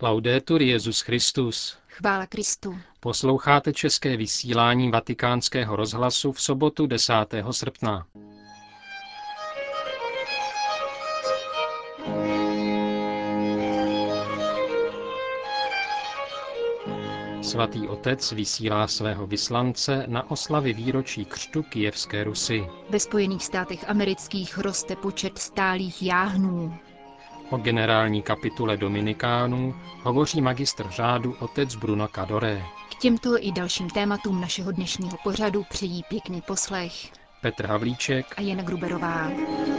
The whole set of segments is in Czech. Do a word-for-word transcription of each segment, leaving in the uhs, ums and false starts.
Laudetur Jesus Christus. Chvála Kristu. Posloucháte české vysílání Vatikánského rozhlasu v sobotu desátého srpna. Svatý otec vysílá svého vyslance na oslavy výročí křtu Kyjevské Rusy. Ve Spojených státech amerických roste počet stálých jáhnů. O generální kapitule Dominikánů hovoří magistr řádu otec Bruno Cadore. K těmto i dalším tématům našeho dnešního pořadu přejí pěkný poslech Petr Havlíček a Jana Gruberová.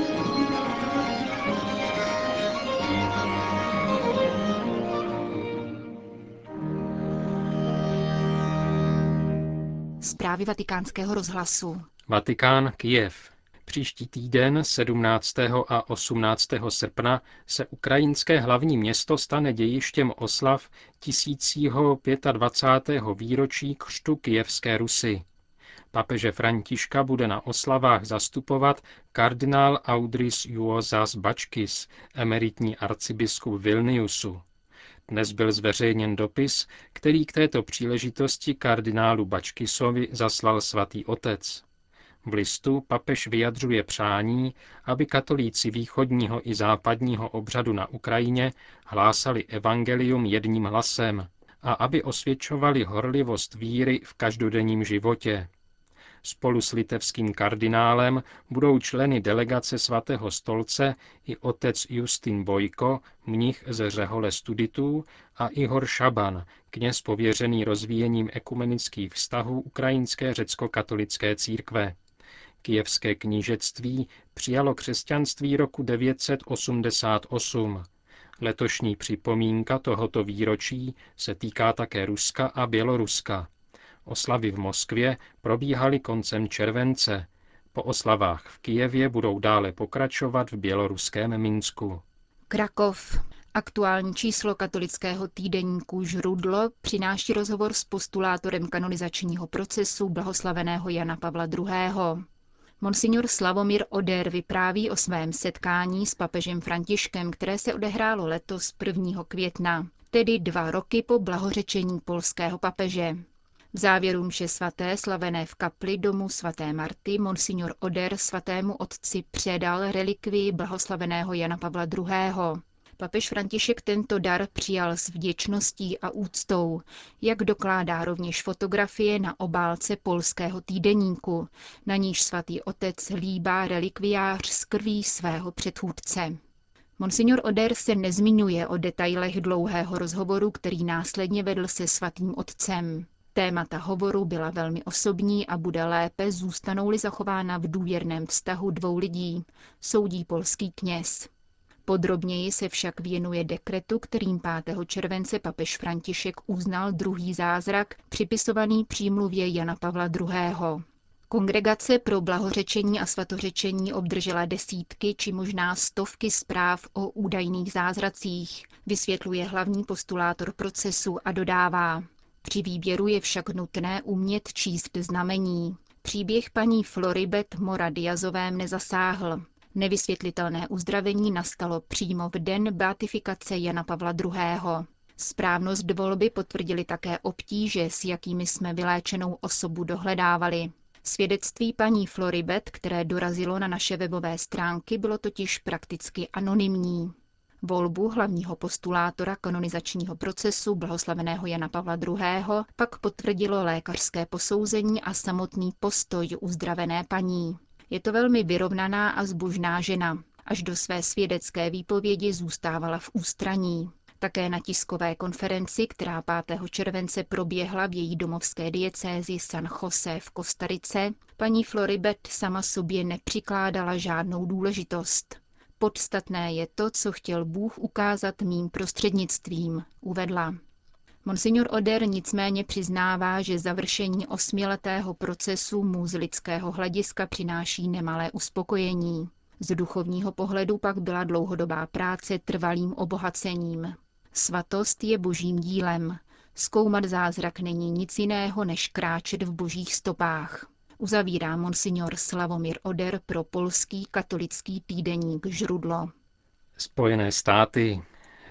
Zprávy Vatikánského rozhlasu. Vatikán, Kyjev. Příští týden, sedmnáctého a osmnáctého srpna, se ukrajinské hlavní město stane dějištěm oslav tisícího dvacátého pátého výročí křtu Kyjevské Rusy. Papeže Františka bude na oslavách zastupovat kardinál Audris Juozas Bačkis, emeritní arcibiskup Vilniusu. Dnes byl zveřejněn dopis, který k této příležitosti kardinálu Bačkisovi zaslal svatý otec. V listu papež vyjadřuje přání, aby katolíci východního i západního obřadu na Ukrajině hlásali evangelium jedním hlasem a aby osvědčovali horlivost víry v každodenním životě. Spolu s litevským kardinálem budou členy delegace svatého stolce i otec Justin Bojko, mnich ze Řehole Studitů, a Ihor Šaban, kněz pověřený rozvíjením ekumenických vztahů ukrajinské řecko-katolické církve. Kyjevské knížectví přijalo křesťanství roku devět set osmdesát osm. Letošní připomínka tohoto výročí se týká také Ruska a Běloruska. Oslavy v Moskvě probíhaly koncem července. Po oslavách v Kyjevě budou dále pokračovat v běloruském Minsku. Krakov. Aktuální číslo katolického týdeníku Žrudlo přináší rozhovor s postulátorem kanonizačního procesu blahoslaveného Jana Pavla druhého. Monsignor Slavomír Oder vypráví o svém setkání s papežem Františkem, které se odehrálo letos prvního května, tedy dva roky po blahořečení polského papeže. V závěru mše svaté slavené v kapli domu svaté Marty monsignor Oder svatému otci předal relikvii blahoslaveného Jana Pavla druhého. Papež František tento dar přijal s vděčností a úctou, jak dokládá rovněž fotografie na obálce polského týdeníku, na níž svatý otec líbá relikviář z krví svého předchůdce. Monsignor Oder se nezmiňuje o detailech dlouhého rozhovoru, který následně vedl se svatým otcem. Témata hovoru byla velmi osobní a bude lépe, zůstanou-li zachována v důvěrném vztahu dvou lidí, soudí polský kněz. Podrobněji se však věnuje dekretu, kterým pátého července papež František uznal druhý zázrak, připisovaný přímluvě Jana Pavla druhého. Kongregace pro blahořečení a svatořečení obdržela desítky či možná stovky zpráv o údajných zázracích, vysvětluje hlavní postulátor procesu a dodává: při výběru je však nutné umět číst znamení. Příběh paní Floribet Mora Diazové mne zasáhl. Nevysvětlitelné uzdravení nastalo přímo v den beatifikace Jana Pavla druhého. Správnost volby potvrdili také obtíže, s jakými jsme vyléčenou osobu dohledávali. Svědectví paní Floribet, které dorazilo na naše webové stránky, bylo totiž prakticky anonymní. Volbu hlavního postulátora kanonizačního procesu blahoslaveného Jana Pavla druhého. pak potvrdilo lékařské posouzení a samotný postoj uzdravené paní. Je to velmi vyrovnaná a zbožná žena. Až do své svědecké výpovědi zůstávala v ústraní. Také na tiskové konferenci, která pátého července proběhla v její domovské diecézi San José v Kostarice, paní Floribet sama sobě nepřikládala žádnou důležitost. Podstatné je to, co chtěl Bůh ukázat mým prostřednictvím, uvedla. Monsignor Oder nicméně přiznává, že završení osmiletého procesu mu z lidského hlediska přináší nemalé uspokojení. Z duchovního pohledu pak byla dlouhodobá práce trvalým obohacením. Svatost je božím dílem. Zkoumat zázrak není nic jiného, než kráčet v božích stopách. Uzavírá monsignor Slavomír Oder pro polský katolický týdeník Žrudlo. Spojené státy.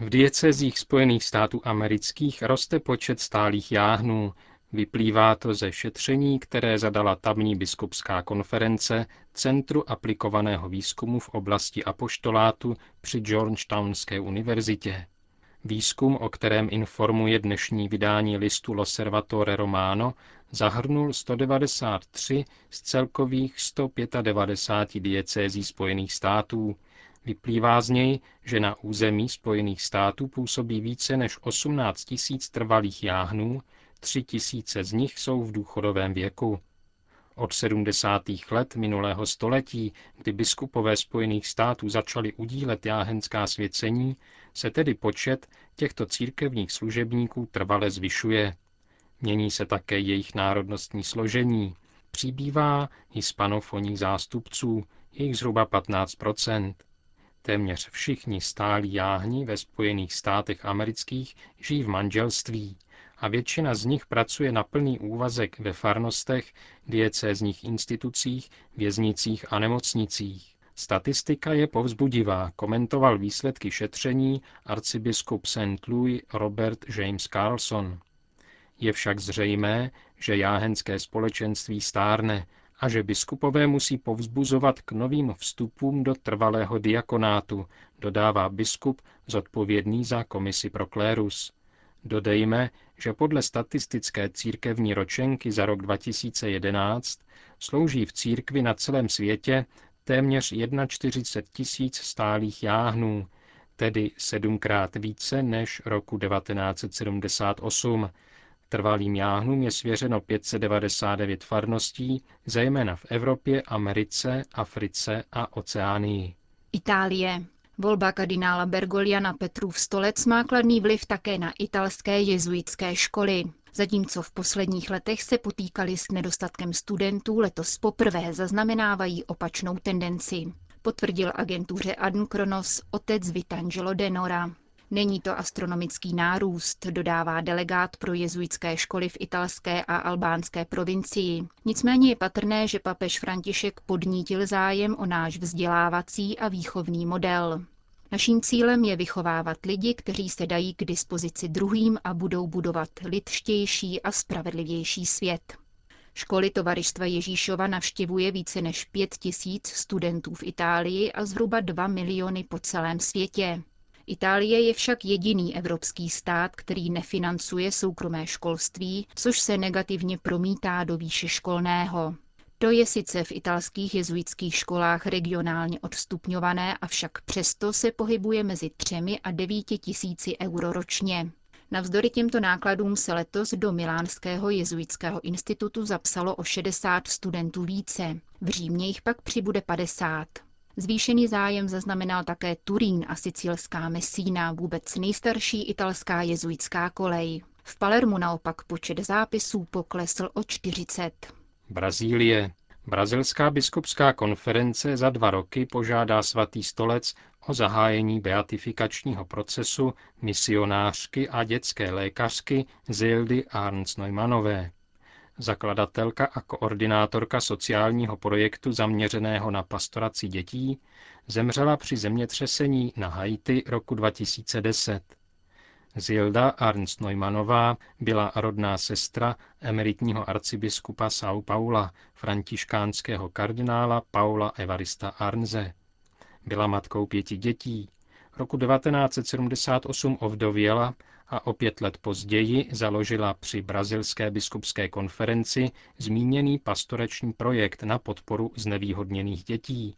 V diecézích Spojených států amerických roste počet stálých jáhnů. Vyplývá to ze šetření, které zadala tamní biskupská konference Centru aplikovaného výzkumu v oblasti apoštolátu při Georgetownské univerzitě. Výzkum, o kterém informuje dnešní vydání listu L'Osservatore Romano, zahrnul sto devadesát tři z celkových sto devadesát pět diecézí Spojených států. Vyplývá z něj, že na území Spojených států působí více než osmnáct tisíc trvalých jáhnů, tři tisíce z nich jsou v důchodovém věku. Od sedmdesátých let minulého století, kdy biskupové Spojených států začali udílet jáhenská svěcení, se tedy počet těchto církevních služebníků trvale zvyšuje. Mění se také jejich národnostní složení. Přibývá hispanofonních zástupců, jejich zhruba patnáct procent. Téměř všichni stálí jáhni ve Spojených státech amerických žijí v manželství a většina z nich pracuje na plný úvazek ve farnostech, diecézních institucích, věznicích a nemocnicích. Statistika je povzbudivá, komentoval výsledky šetření arcibiskup Saint Louis Robert James Carlson. Je však zřejmé, že jáhenské společenství stárne a že biskupové musí povzbuzovat k novým vstupům do trvalého diakonátu, dodává biskup zodpovědný za komisi pro klérus. Dodejme, že podle statistické církevní ročenky za rok dva tisíce jedenáct slouží v církvi na celém světě téměř čtyřicet jedna tisíc stálých jáhnů, tedy sedmkrát více než roku devatenáct set sedmdesát osm. Trvalým jáhnům je svěřeno pět set devadesát devět farností, zejména v Evropě, Americe, Africe a Oceánii. Itálie. Volba kardinála Bergogliana Petrův stolec má kladný vliv také na italské jezuitské školy. Zatímco v posledních letech se potýkali s nedostatkem studentů, letos poprvé zaznamenávají opačnou tendenci, potvrdil agentuře Adnkronos otec Vitangelo de Nora. Není to astronomický nárůst, dodává delegát pro jezuitské školy v italské a albánské provincii. Nicméně je patrné, že papež František podnítil zájem o náš vzdělávací a výchovný model. Naším cílem je vychovávat lidi, kteří se dají k dispozici druhým a budou budovat lidštější a spravedlivější svět. Školy Tovaristva Ježíšova navštěvuje více než pět tisíc studentů v Itálii a zhruba dva miliony po celém světě. Itálie je však jediný evropský stát, který nefinancuje soukromé školství, což se negativně promítá do výše školného. To je sice v italských jezuitských školách regionálně odstupňované, avšak přesto se pohybuje mezi třemi a devíti tisíci euro ročně. Navzdory těmto nákladům se letos do Milánského jezuitského institutu zapsalo o šedesát studentů více. V Římě jich pak přibude padesát. Zvýšený zájem zaznamenal také Turín a sicilská Messina, vůbec nejstarší italská jezuitská kolej. V Palermu naopak počet zápisů poklesl o čtyřicet. Brazílie. Brazilská biskupská konference za dva roky požádá Svatý stolec o zahájení beatifikačního procesu misionářky a dětské lékařky Zildy Arns-Neumannové. Zakladatelka a koordinátorka sociálního projektu zaměřeného na pastoraci dětí, zemřela při zemětřesení na Haiti roku dva tisíce deset. Zilda Arns-Neumannová byla rodná sestra emeritního arcibiskupa São Paula, františkánského kardinála Paula Evarista Arnze. Byla matkou pěti dětí. Roku devatenáct set sedmdesát osm ovdověla a o pět let později založila při brazilské biskupské konferenci zmíněný pastorační projekt na podporu znevýhodněných dětí.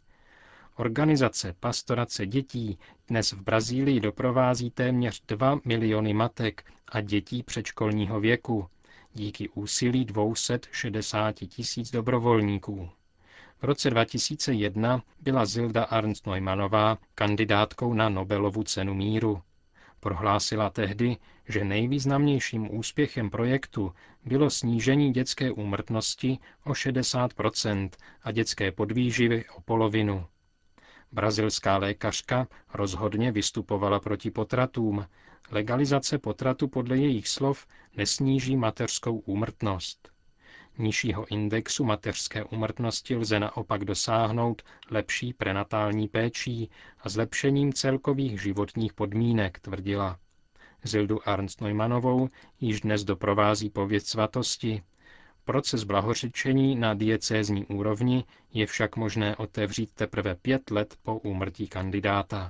Organizace Pastorace dětí dnes v Brazílii doprovází téměř dva miliony matek a dětí předškolního věku díky úsilí dvě stě šedesát tisíc dobrovolníků. V roce dva tisíce jedna byla Zilda Arns-Neumannnová kandidátkou na Nobelovu cenu míru. Prohlásila tehdy, že nejvýznamnějším úspěchem projektu bylo snížení dětské úmrtnosti o šedesát procent a dětské podvýživy o polovinu. Brazilská lékařka rozhodně vystupovala proti potratům. Legalizace potratu podle jejich slov nesníží mateřskou úmrtnost. Nižšího indexu mateřské úmrtnosti lze naopak dosáhnout lepší prenatální péčí a zlepšením celkových životních podmínek, tvrdila. Zildu Ernst-Neumannovou již dnes doprovází pověst svatosti. Proces blahořečení na diecézní úrovni je však možné otevřít teprve pět let po úmrtí kandidáta.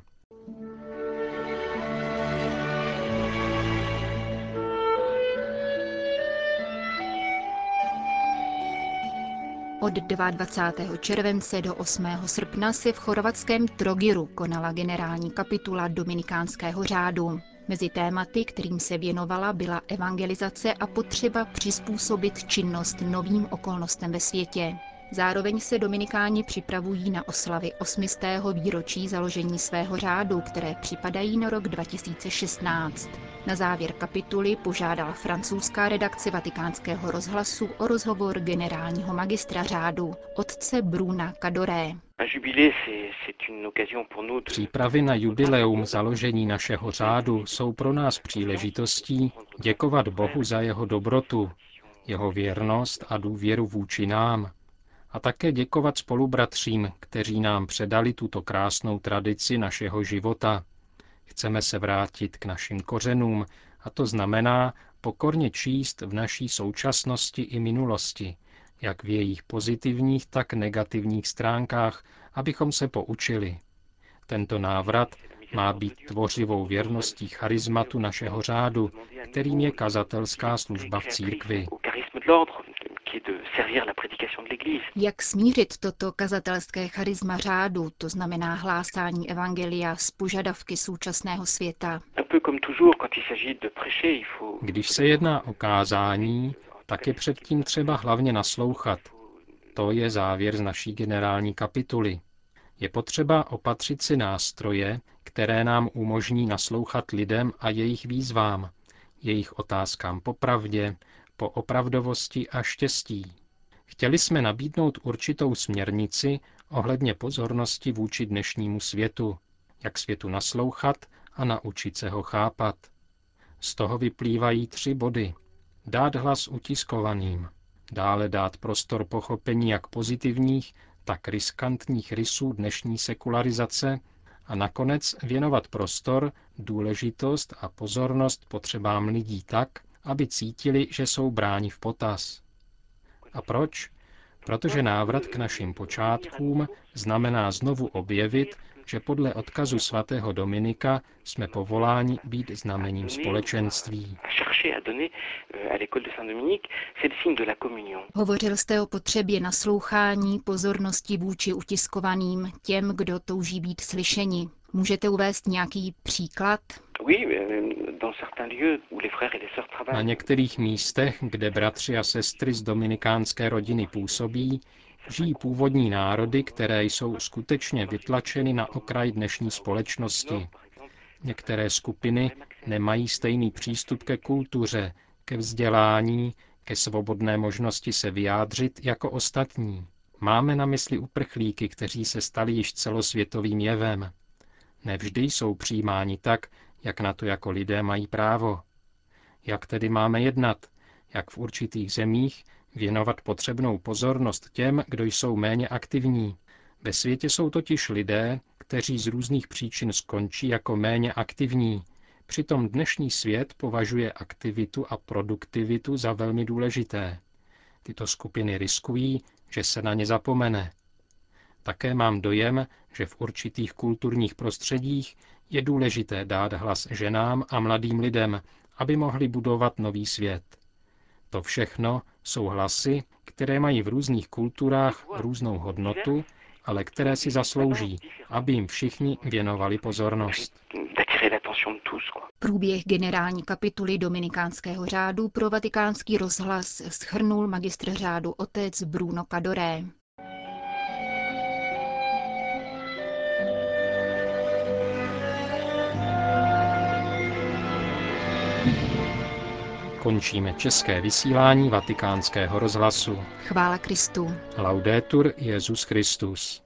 Od dvacátého druhého července do osmého srpna se v chorvatském Trogiru konala generální kapitula dominikánského řádu. Mezi tématy, kterým se věnovala, byla evangelizace a potřeba přizpůsobit činnost novým okolnostem ve světě. Zároveň se dominikáni připravují na oslavy osmistého výročí založení svého řádu, které připadají na rok dva tisíce šestnáct. Na závěr kapituly požádala francouzská redakce Vatikánského rozhlasu o rozhovor generálního magistra řádu, otce Bruna Cadoré. Přípravy na jubileum založení našeho řádu jsou pro nás příležitostí děkovat Bohu za jeho dobrotu, jeho věrnost a důvěru vůči nám, a také děkovat spolubratřím, kteří nám předali tuto krásnou tradici našeho života. Chceme se vrátit k našim kořenům, a to znamená pokorně číst v naší současnosti i minulosti, jak v jejich pozitivních, tak negativních stránkách, abychom se poučili. Tento návrat má být tvořivou věrností charizmatu našeho řádu, kterým je kazatelská služba v církvi. Jak smířit toto kazatelské charisma řádu, to znamená hlásání evangelia, s požadavky současného světa? Když se jedná o kázání, tak je předtím třeba hlavně naslouchat. To je závěr z naší generální kapituly. Je potřeba opatřit si nástroje, které nám umožní naslouchat lidem a jejich výzvám, jejich otázkám po pravdě, po opravdovosti a štěstí. Chtěli jsme nabídnout určitou směrnici ohledně pozornosti vůči dnešnímu světu, jak světu naslouchat a naučit se ho chápat. Z toho vyplývají tři body. Dát hlas utiskovaným, dále dát prostor pochopení jak pozitivních, tak riskantních rysů dnešní sekularizace a nakonec věnovat prostor, důležitost a pozornost potřebám lidí tak, aby cítili, že jsou bráni v potaz. A proč? Protože návrat k našim počátkům znamená znovu objevit, že podle odkazu svatého Dominika jsme povoláni být znamením společenství. Hovořil jste o potřebě naslouchání, pozornosti vůči utiskovaným, těm, kdo touží být slyšeni. Můžete uvést nějaký příklad? Na některých místech, kde bratři a sestry z dominikánské rodiny působí, žijí původní národy, které jsou skutečně vytlačeny na okraj dnešní společnosti. Některé skupiny nemají stejný přístup ke kultuře, ke vzdělání, ke svobodné možnosti se vyjádřit jako ostatní. Máme na mysli uprchlíky, kteří se stali již celosvětovým jevem. Nevždy jsou přijímáni tak, jak na to jako lidé mají právo. Jak tedy máme jednat? Jak v určitých zemích věnovat potřebnou pozornost těm, kdo jsou méně aktivní? Ve světě jsou totiž lidé, kteří z různých příčin skončí jako méně aktivní. Přitom dnešní svět považuje aktivitu a produktivitu za velmi důležité. Tyto skupiny riskují, že se na ně zapomene. Také mám dojem, že v určitých kulturních prostředích je důležité dát hlas ženám a mladým lidem, aby mohli budovat nový svět. To všechno jsou hlasy, které mají v různých kulturách různou hodnotu, ale které si zaslouží, aby jim všichni věnovali pozornost. Průběh generální kapituly dominikánského řádu pro Vatikánský rozhlas shrnul magistr řádu otec Bruno Cadoré. Končíme české vysílání Vatikánského rozhlasu. Chvála Kristu. Laudetur Jesus Christus.